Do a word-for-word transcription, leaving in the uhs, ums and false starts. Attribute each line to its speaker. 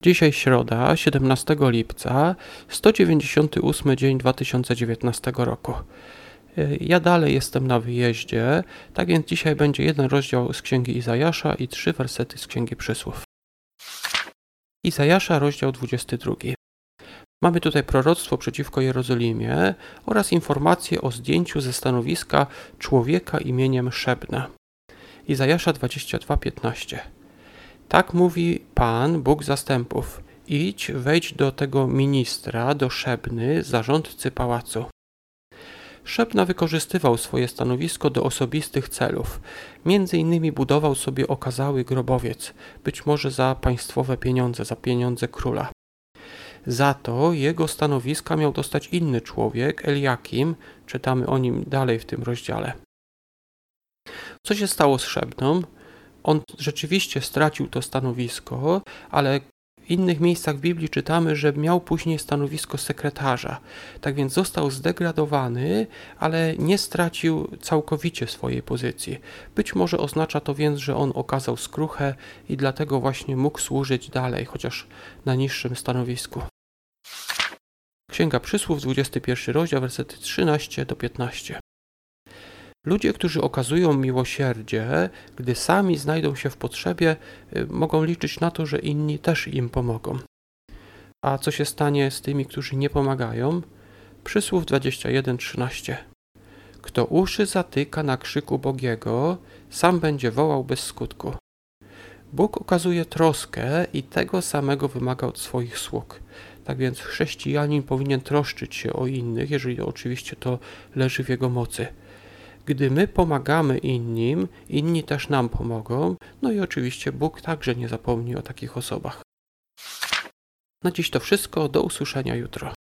Speaker 1: Dzisiaj środa, siedemnastego lipca, sto dziewięćdziesiąty ósmy dzień dwa tysiące dziewiętnastego roku. Ja dalej jestem na wyjeździe, tak więc dzisiaj będzie jeden rozdział z Księgi Izajasza i trzy wersety z Księgi Przysłów. Izajasza, rozdział dwudziesty drugi. Mamy tutaj proroctwo przeciwko Jerozolimie oraz informacje o zdjęciu ze stanowiska człowieka imieniem Szebna. Izajasza dwadzieścia dwa, piętnaście. Tak mówi Pan, Bóg zastępów. Idź, wejdź do tego ministra, do Szebny, zarządcy pałacu. Szebna wykorzystywał swoje stanowisko do osobistych celów. Między innymi budował sobie okazały grobowiec, być może za państwowe pieniądze, za pieniądze króla. Za to jego stanowiska miał dostać inny człowiek, Eliakim, czytamy o nim dalej w tym rozdziale. Co się stało z Szebną? On rzeczywiście stracił to stanowisko, ale w innych miejscach w Biblii czytamy, że miał później stanowisko sekretarza. Tak więc został zdegradowany, ale nie stracił całkowicie swojej pozycji. Być może oznacza to więc, że on okazał skruchę i dlatego właśnie mógł służyć dalej, chociaż na niższym stanowisku. Księga Przysłów, dwudziesty pierwszy rozdział, wersety trzynaście do piętnastu. Ludzie, którzy okazują miłosierdzie, gdy sami znajdą się w potrzebie, mogą liczyć na to, że inni też im pomogą. A co się stanie z tymi, którzy nie pomagają? Przysłów dwadzieścia jeden, trzynaście. Kto uszy zatyka na krzyku Bogiego, sam będzie wołał bez skutku. Bóg okazuje troskę i tego samego wymaga od swoich sług. Tak więc chrześcijanin powinien troszczyć się o innych, jeżeli oczywiście to leży w jego mocy. Gdy my pomagamy innym, inni też nam pomogą, no i oczywiście Bóg także nie zapomni o takich osobach. Na dziś to wszystko, do usłyszenia jutro.